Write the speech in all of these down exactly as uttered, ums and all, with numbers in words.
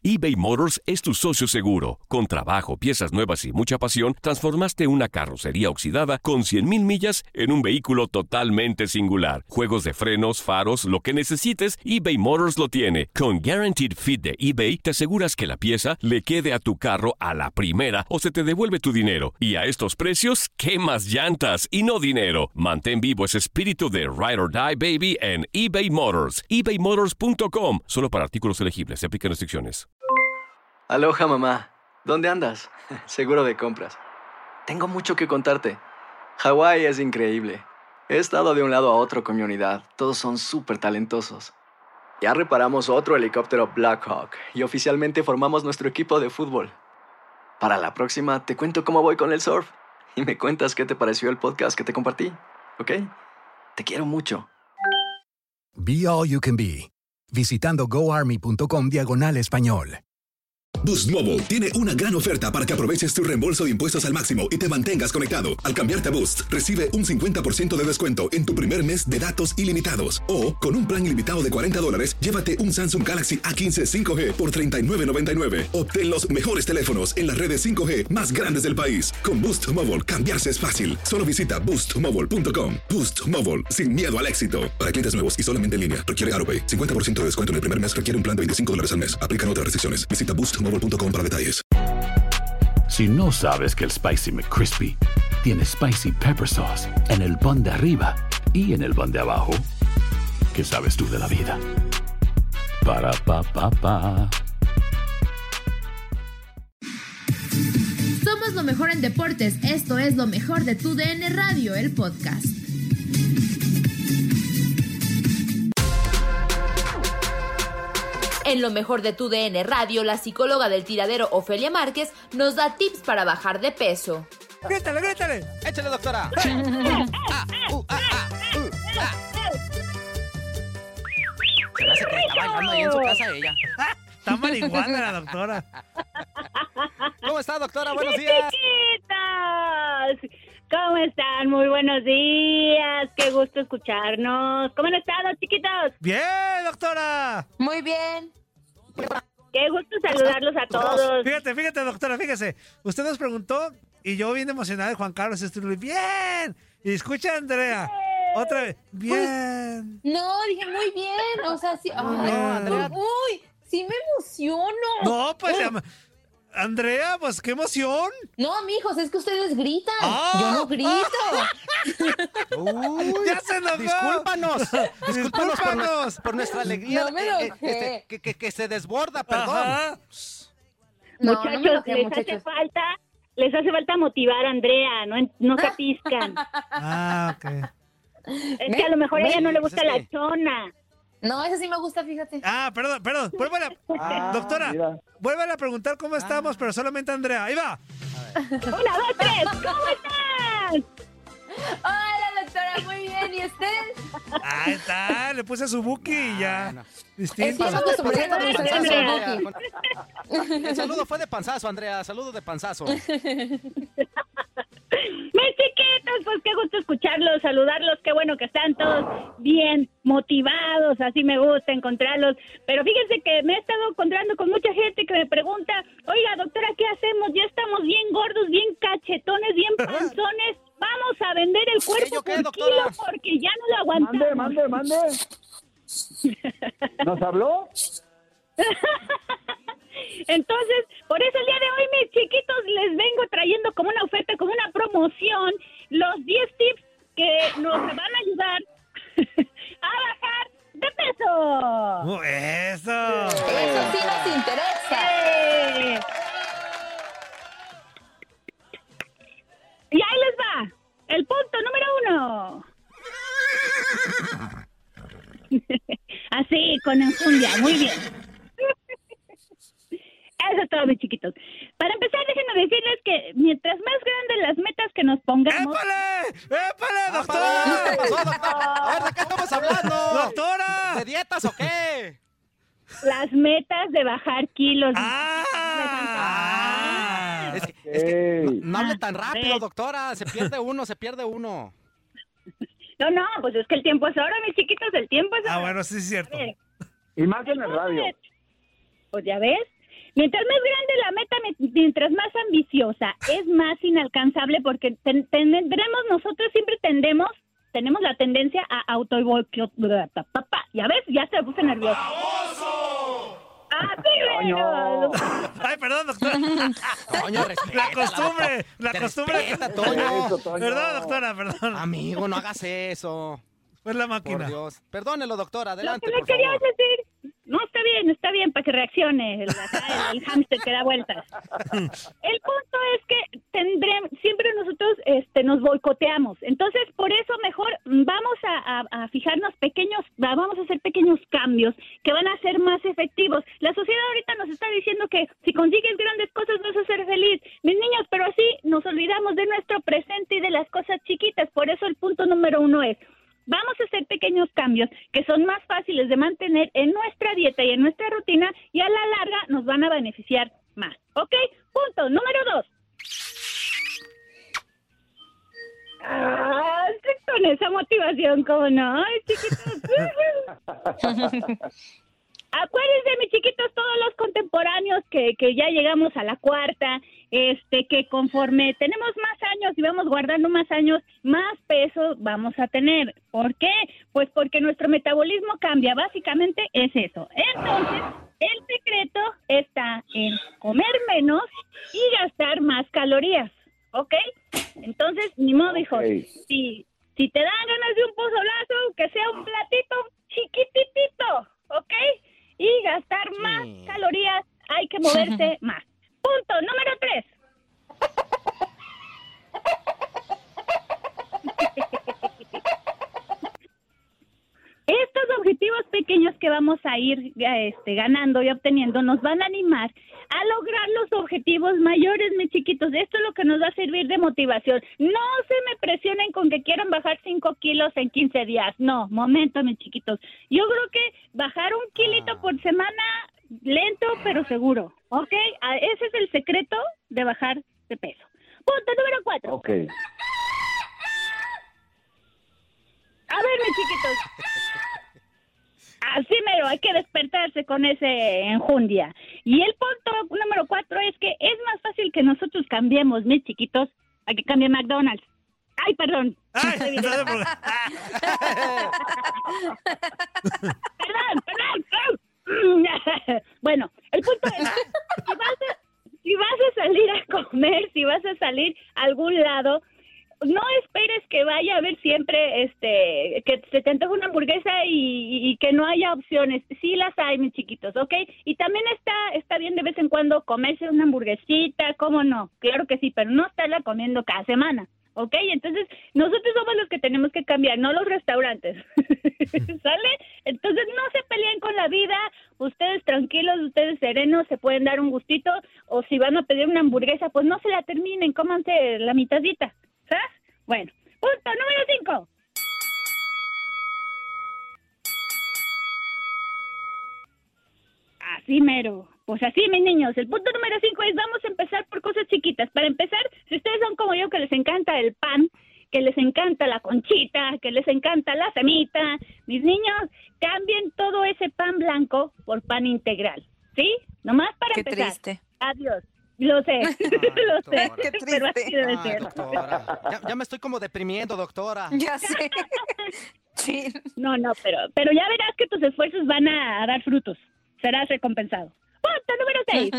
eBay Motors es tu socio seguro. Con trabajo, piezas nuevas y mucha pasión, transformaste una carrocería oxidada con cien mil millas en un vehículo totalmente singular. Juegos de frenos, faros, lo que necesites, eBay Motors lo tiene. Con Guaranteed Fit de eBay, te aseguras que la pieza le quede a tu carro a la primera o se te devuelve tu dinero. Y a estos precios, ¿qué más llantas y no dinero? Mantén vivo ese espíritu de Ride or Die, baby, en eBay Motors. ebay motors punto com. Solo para artículos elegibles. Se aplican restricciones. Aloha, mamá. ¿Dónde andas? Seguro de compras. Tengo mucho que contarte. Hawái es increíble. He estado de un lado a otro con mi unidad. Todos son súper talentosos. Ya reparamos otro helicóptero Blackhawk y oficialmente formamos nuestro equipo de fútbol. Para la próxima te cuento cómo voy con el surf y me cuentas qué te pareció el podcast que te compartí, ¿ok? Te quiero mucho. Be All You Can Be, visitando goarmy.com diagonal español. Boost Mobile tiene una gran oferta para que aproveches tu reembolso de impuestos al máximo y te mantengas conectado. Al cambiarte a Boost, recibe un cincuenta por ciento de descuento en tu primer mes de datos ilimitados. O, con un plan ilimitado de cuarenta dólares, llévate un Samsung Galaxy A quince cinco G por treinta y nueve noventa y nueve. Obtén los mejores teléfonos en las redes cinco G más grandes del país. Con Boost Mobile, cambiarse es fácil. Solo visita boost mobile punto com. Boost Mobile, sin miedo al éxito. Para clientes nuevos y solamente en línea, requiere AutoPay. cincuenta por ciento de descuento en el primer mes requiere un plan de veinticinco dólares al mes. Aplican otras restricciones. Visita boost mobile punto com para detalles. Si no sabes que el Spicy McCrispy tiene Spicy Pepper Sauce en el pan de arriba y en el pan de abajo, ¿qué sabes tú de la vida? Para, pa, pa, pa. Somos lo mejor en deportes. Esto es lo mejor de tu D N Radio, el podcast. En lo mejor de tu D N Radio, la psicóloga del tiradero Ofelia Márquez nos da tips para bajar de peso. ¡Grítale, grítale! ¡Échale, doctora! Ah, uh, ah, ah, uh, ah. Se me hace que está bailando ahí en su casa ella. Está marihuana la doctora. ¿Cómo está, doctora? Buenos días. ¡Chiquitos! ¿Cómo están? Muy buenos días. Qué gusto escucharnos. ¿Cómo han estado, chiquitos? Bien, doctora. Muy bien. Qué gusto saludarlos a todos. Fíjate, fíjate, doctora, fíjese. Usted nos preguntó y yo bien emocionado, Juan Carlos, estoy bien. Y escucha, Andrea. Bien. Otra vez. Bien. No, dije muy bien. O sea, sí. Ay, no, Andrea. Uy, sí me emociono. No, pues, Andrea, pues qué emoción. No, mijos, es que ustedes gritan. ¡Ah! Yo no grito. Uy, ya se enojó. Discúlpanos. Discúlpanos por, Discúlpanos. por nuestra alegría. No me eh, enojé. este, que, que, que se desborda, perdón. Ajá. No, muchachos, no me enojé, les muchachos. hace falta, les hace falta motivar a Andrea, no, no se apiscan. Ah, ok. Es que a lo mejor a ella no le gusta Pues es la que- chona. No, ese sí me gusta, fíjate. Ah, perdón, perdón. Vuélvale a... Ah, doctora, mira. vuélvale a preguntar cómo estamos, pero solamente Andrea. Ahí va. Una, dos, tres, ¿cómo están? Hola, doctora, muy bien. ¿Y usted? Ahí está, le puse su buki y ya. Ah, no. Es Distinto. que me acostumbré a Pasando de conocer a panzazo, su Buki. El saludo fue de panzazo, Andrea. Saludo de panzazo. Mis chiquitos, pues qué gusto escucharlos, saludarlos, qué bueno que están todos bien motivados, así me gusta encontrarlos. Pero fíjense que me he estado encontrando con mucha gente que me pregunta, oiga, doctora, ¿qué hacemos? Ya estamos bien gordos, bien cachetones, bien panzones, vamos a vender el cuerpo ¿Yo qué, por doctora? kilo porque ya no lo aguantamos. Mande, mande, mande. ¿Nos habló? Entonces, por eso el día de hoy, mis chiquitos, les vengo trayendo como una oferta, como una promoción, los diez tips que nos van a ayudar a bajar de peso. Uh, eso. Eso sí nos interesa. ¡Eh! Y ahí les va, el punto número uno. Así, con enjundia, muy bien. Eso es todo, mis chiquitos. Para empezar, déjenme decirles que mientras más grandes las metas que nos pongamos... ¡Épale! ¡Épale, ¿Qué doctora! pasó, doctora? A ver, ¿de qué estamos hablando? ¡Doctora! ¿De dietas o qué? Las metas de bajar kilos. ¡Ah! Es que, es que no, no hable tan Ah, rápido, sí. doctora. Se pierde uno, se pierde uno. No, no, pues es que el tiempo es ahora, mis chiquitos, el tiempo es ahora. Ah, bueno, sí es cierto. A ver, Y más en el radio. pues ya ves. Mientras más grande la meta, mientras más ambiciosa, es más inalcanzable porque ten- tendremos, nosotros siempre tendemos, tenemos la tendencia a auto ya ves, ya se puse nervioso. ¡Ah, pero! Ay, perdón, doctora. Toño, respeta. La costumbre, la Te costumbre. respeta, Toño. Eso, Toño. Perdón, doctora, perdón. Amigo, no hagas eso. Fue la Por máquina. Dios. Perdónelo, doctora. Adelante, Lo que por le quería favor. decir, no, está bien, está bien, para que reaccione el, acá el, el hámster que da vueltas. El punto es que tendremos, siempre nosotros este, nos boicoteamos. Entonces, por eso mejor vamos a, a, a fijarnos pequeños, vamos a hacer pequeños cambios que van a ser más efectivos. La sociedad ahorita nos está diciendo que si consigues grandes cosas vas a ser feliz. Mis niños, pero así nos olvidamos de nuestro presente y de las cosas chiquitas. Por eso el punto número uno es, vamos a hacer pequeños cambios que son más fáciles de mantener en nuestra dieta y en nuestra rutina y a la larga nos van a beneficiar más. ¿Ok? Punto número dos. Ah, con esa motivación, ¿cómo no? Ay, chiquitos. Acuérdense, mis chiquitos, todos los contemporáneos que, que ya llegamos a la cuarta, este, que conforme tenemos más años y vamos guardando más años, más peso vamos a tener. ¿Por qué? Pues porque nuestro metabolismo cambia, básicamente es eso. Entonces, el secreto está en comer menos y gastar más calorías, ¿ok? Entonces, ni modo, hijos, Ok. si, si te dan ganas de un pozolazo, que sea un platito chiquititito, ¿ok? Y gastar más Sí. calorías, hay que moverse más. Punto número tres. Estos objetivos pequeños que vamos a ir este, ganando y obteniendo nos van a animar a lograr los objetivos mayores, mis chiquitos. Esto es lo que nos va a servir de motivación. No se me presionen con que quieran bajar cinco kilos en quince días. No, momento, mis chiquitos. Yo creo que bajar un kilito por semana, lento pero seguro. ¿Ok? Ah, ese es el secreto de bajar de peso. Punto número cuatro. Ok. A ver, mis chiquitos. Así mero, hay que despertarse con ese enjundia. Y el punto número cuatro es que es más fácil que nosotros cambiemos, mis chiquitos, a que cambie McDonald's. Ay, perdón. Ay, no sé por qué. Perdón, perdón, perdón. Bueno, el punto es, si vas a, si vas a salir a comer, si vas a salir a algún lado, no esperes que vaya a haber siempre, este, que se te antoje una hamburguesa y, y que no haya opciones. Sí las hay, mis chiquitos, ¿ok? Y también está, está bien de vez en cuando comerse una hamburguesita, ¿cómo no? Claro que sí, pero no estarla comiendo cada semana, ¿ok? Entonces, nosotros somos los que tenemos que cambiar, no los restaurantes, ¿sale? Entonces, no se peleen con la vida, ustedes tranquilos, ustedes serenos, se pueden dar un gustito, o si van a pedir una hamburguesa, pues no se la terminen, cómanse la mitadita. ¿Sabes? Bueno, punto número cinco. Así mero. Pues así, mis niños. El punto número cinco es vamos a empezar por cosas chiquitas. Para empezar, si ustedes son como yo que les encanta el pan, que les encanta la conchita, que les encanta la semita, mis niños, cambien todo ese pan blanco por pan integral. ¿Sí? Nomás para Qué empezar. triste. Adiós. Lo sé, lo sé, doctora. Qué pero así triste. debe Ay, ser. doctora. Ya, ya me estoy como deprimiendo, doctora. Ya sé. Sí. No, no, pero, pero ya verás que tus esfuerzos van a, a dar frutos. Serás recompensado. Punto número seis.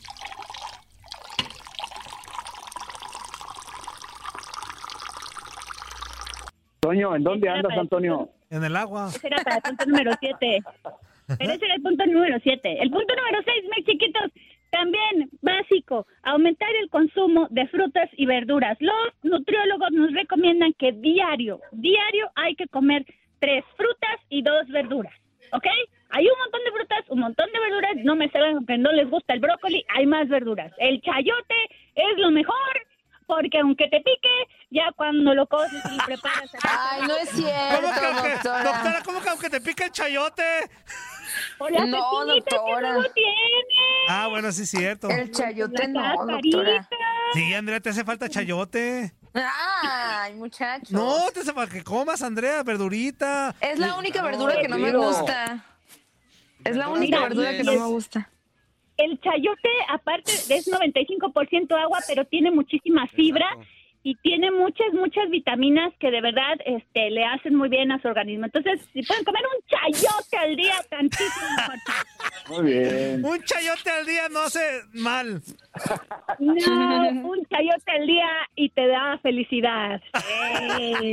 Toño, ¿en dónde andas, Antonio? En el agua. Ese era para el punto número siete. Pero ese era el punto número siete. El punto número seis, mis chiquitos, también básico, aumentar el consumo de frutas y verduras. Los nutriólogos nos recomiendan que diario, diario hay que comer tres frutas y dos verduras, ¿ok? Hay un montón de frutas, un montón de verduras, no me saben que no les gusta el brócoli, hay más verduras. El chayote es lo mejor, porque aunque te pique, ya cuando lo coces y preparas... Ay, no es cierto, ¿Cómo que aunque, doctora. doctora, ¿cómo que aunque te pica el chayote? Por las No, espinitas doctora. que luego tiene. Ah, bueno, sí es cierto. El chayote La no, cascarita. doctora. Sí, Andrea, te hace falta chayote. Ay, muchachos. No, te hace falta que comas, Andrea, verdurita. Es la única verdura que no me Digo. gusta. Es la única Mira, verdura que no me gusta. el chayote, aparte, es noventa y cinco por ciento agua, pero tiene muchísima fibra. Exacto. Y tiene muchas, muchas vitaminas que de verdad este, le hacen muy bien a su organismo. Entonces, si pueden comer un chayote al día, tantísimo mejor. Muy bien. Un chayote al día no hace mal. No, un chayote al día y te da felicidad. ¡Ey!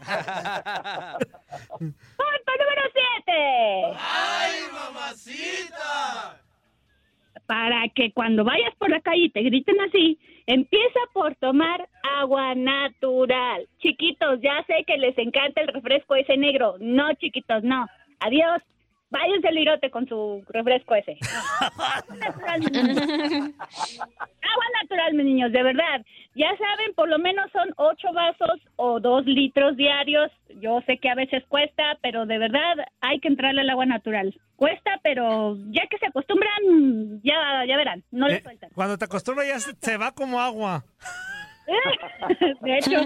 Punto número siete. ¡Ay, mamacita! Para que cuando vayas por la calle y te griten así, empieza por tomar agua natural. Chiquitos, ya sé que les encanta el refresco ese negro. No, chiquitos, no. Adiós. Váyanse al lirote con su refresco ese. No. Agua natural, mis niños. Agua natural, mis niños, de verdad. Ya saben, por lo menos son ocho vasos o dos litros diarios. Yo sé que a veces cuesta, pero de verdad hay que entrarle al agua natural. Cuesta, pero ya que se acostumbran, ya, ya verán, no le eh, sueltan. Cuando te acostumbras ya se, se va como agua. De hecho.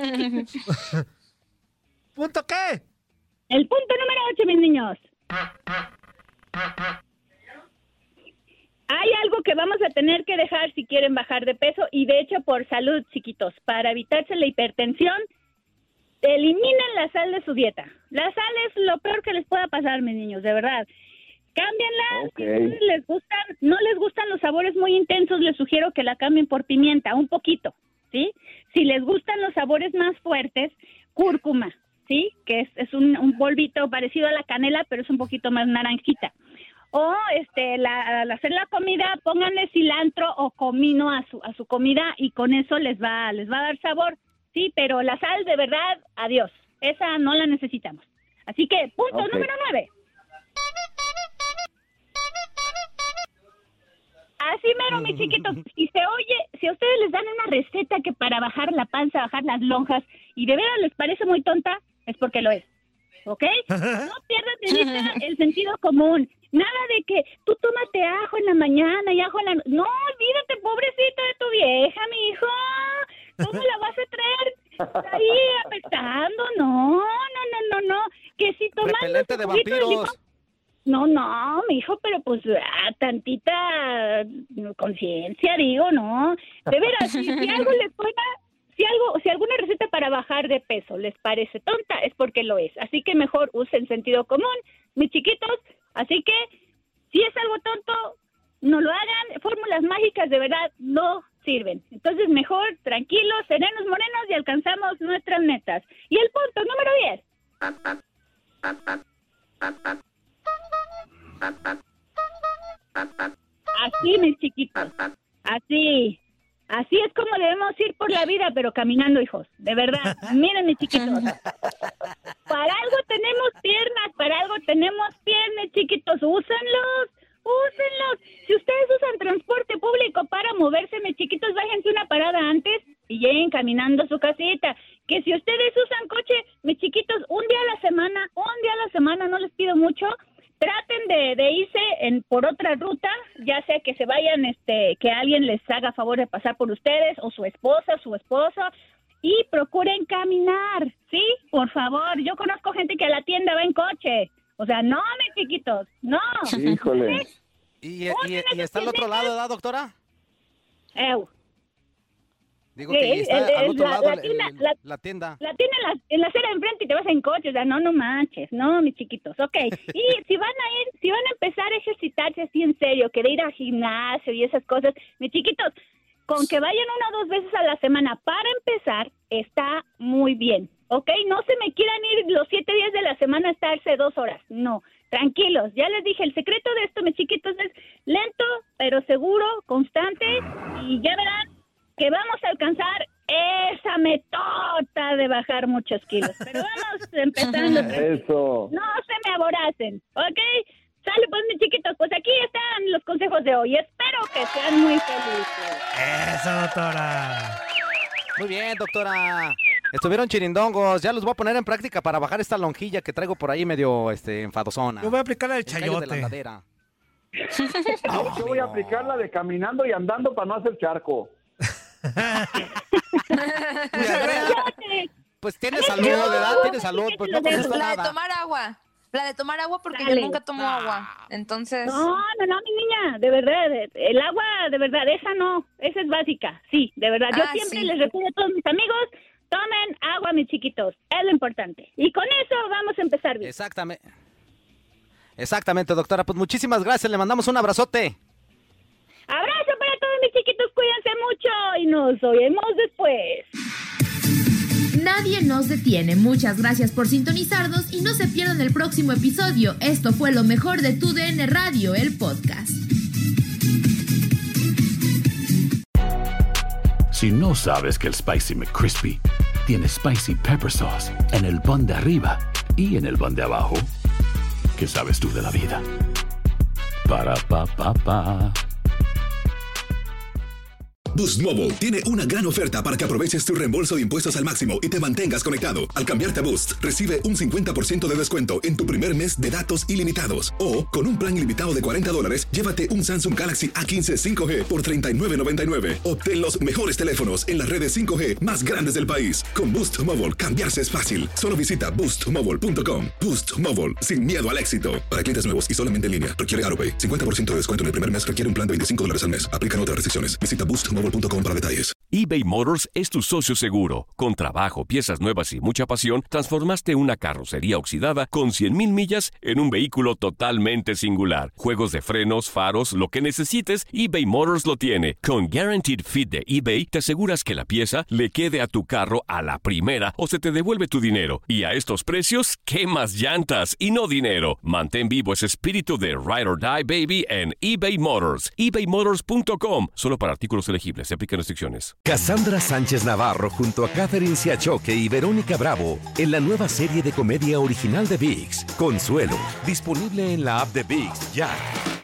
¿Punto qué? El punto número ocho, mis niños. Hay algo que vamos a tener que dejar si quieren bajar de peso y de hecho por salud, chiquitos, para evitarse la hipertensión, eliminen la sal de su dieta. La sal es lo peor que les pueda pasar, mis niños, de verdad. Cámbienla. Okay. Si les gustan, no les gustan los sabores muy intensos, les sugiero que la cambien por pimienta, un poquito, ¿sí? Si les gustan los sabores más fuertes, cúrcuma, ¿sí? Que es, es un, un polvito parecido a la canela, pero es un poquito más naranjita. O este, la, al hacer la comida, pónganle cilantro o comino a su a su comida y con eso les va les va a dar sabor, sí, pero la sal de verdad, adiós, esa no la necesitamos. Así que punto okay. número nueve. Así mero, mis chiquitos, si se oye, si a ustedes les dan una receta que para bajar la panza, bajar las lonjas y de veras les parece muy tonta, es porque lo es. ¿Ok? No pierdas de vista el sentido común. Nada de que tú tómate ajo en la mañana y ajo en la... No, olvídate, pobrecita de tu vieja, mi hijo. ¿Cómo la vas a traer ahí apestando? No, no, no, no, no. Que si tomas... Repelente de vampiros. No, no, mi hijo, pero pues ah, tantita conciencia, digo, ¿no? De veras, si, si algo les suena... Si algo, si alguna receta para bajar de peso les parece tonta, es porque lo es. Así que mejor usen sentido común, mis chiquitos. Así que, si es algo tonto, no lo hagan. Fórmulas mágicas de verdad no sirven. Entonces, mejor, tranquilos, serenos, morenos y alcanzamos nuestras metas. Y el punto número diez. Así, mis chiquitos. Así. Así es como debemos ir por la vida, pero caminando, hijos. De verdad. Miren, mis chiquitos. Para algo tenemos piernas, para algo tenemos piernas, chiquitos. Úsenlos, úsenlos. Si ustedes usan transporte público para moverse, mis chiquitos, bájense una parada antes y lleguen caminando a su casita. Que si ustedes usan coche, mis chiquitos, un día a la semana, un día a la semana, no les pido mucho, traten de, de irse en, por otra ruta, ya sea que se vayan, este, que alguien les haga favor de pasar por ustedes, o su esposa, su esposo, y procuren caminar, ¿sí? Por favor, yo conozco gente que a la tienda va en coche, o sea, no, mis chiquitos, no. Híjole. ¿Sí? ¿Y, y, y está al otro lado, ¿verdad, doctora? Eu. Digo que sí, está el, el, al otro la, lado la, el, tienda, el, la, la tienda. La tienda en la, en la acera de enfrente y te vas en coche, o sea, no, no manches, no, mis chiquitos, ok. Y si van a ir, si van a empezar a ejercitarse así en serio, que de ir al gimnasio y esas cosas, mis chiquitos, con que vayan una o dos veces a la semana para empezar, está muy bien, ok. No se me quieran ir los siete días de la semana a estarse dos horas, no. Tranquilos, ya les dije, el secreto de esto, mis chiquitos, es lento, pero seguro, constante, y ya verán que vamos a alcanzar esa metota de bajar muchos kilos. Pero vamos empezando. Eso. No se me aboracen, ¿ok? Sale pues, mis chiquitos, pues aquí están los consejos de hoy. Espero que sean muy felices. Eso, doctora. Muy bien, doctora. Estuvieron chirindongos. Ya los voy a poner en práctica para bajar esta lonjilla que traigo por ahí medio este, enfadosona. Yo voy a aplicar la del chayote. De la andadera. No, yo voy a aplicar la de caminando y andando para no hacer charco. Pues tiene salud, ¿verdad? Tiene salud, pues no pasa La nada. de tomar agua. La de tomar agua porque Dale. yo nunca tomo agua. Entonces. No, no, no, mi niña, de verdad, el agua, de verdad, esa no, esa es básica, sí, de verdad. Yo Ah, siempre sí. les recuerdo a todos mis amigos, tomen agua, mis chiquitos, es lo importante. Y con eso vamos a empezar bien. Exactamente. Exactamente, doctora. Pues muchísimas gracias. Le mandamos un abrazote. Abrazo para todos mis chiquitos, cuídense mucho y nos oímos después. Nadie nos detiene. Muchas gracias por sintonizarnos y no se pierdan el próximo episodio. Esto fue lo mejor de Tu D N Radio, el podcast. Si no sabes que el Spicy McCrispy tiene Spicy Pepper Sauce en el pan de arriba y en el pan de abajo, ¿qué sabes tú de la vida? Para, pa, pa, pa. Boost Mobile tiene una gran oferta para que aproveches tu reembolso de impuestos al máximo y te mantengas conectado. Al cambiarte a Boost, recibe un cincuenta por ciento de descuento en tu primer mes de datos ilimitados. O, con un plan ilimitado de cuarenta dólares, llévate un Samsung Galaxy A quince cinco G por treinta y nueve noventa y nueve. Obtén los mejores teléfonos en las redes cinco G más grandes del país. Con Boost Mobile, cambiarse es fácil. Solo visita boost mobile punto com. Boost Mobile, sin miedo al éxito. Para clientes nuevos y solamente en línea, requiere AutoPay. cincuenta por ciento de descuento en el primer mes requiere un plan de veinticinco dólares al mes. Aplican otras restricciones. Visita boost mobile punto com para detalles. eBay Motors es tu socio seguro. Con trabajo, piezas nuevas y mucha pasión, transformaste una carrocería oxidada con cien mil millas en un vehículo totalmente singular. Juegos de frenos, faros, lo que necesites, eBay Motors lo tiene. Con Guaranteed Fit de eBay, te aseguras que la pieza le quede a tu carro a la primera o se te devuelve tu dinero. Y a estos precios, ¿qué más llantas y no dinero? Mantén vivo ese espíritu de Ride or Die, baby, en eBay Motors. ebay motors punto com. Solo para artículos elegibles. Se aplican restricciones. Cassandra Sánchez Navarro junto a Catherine Siachoque y Verónica Bravo en la nueva serie de comedia original de ViX, Consuelo, disponible en la app de ViX ya.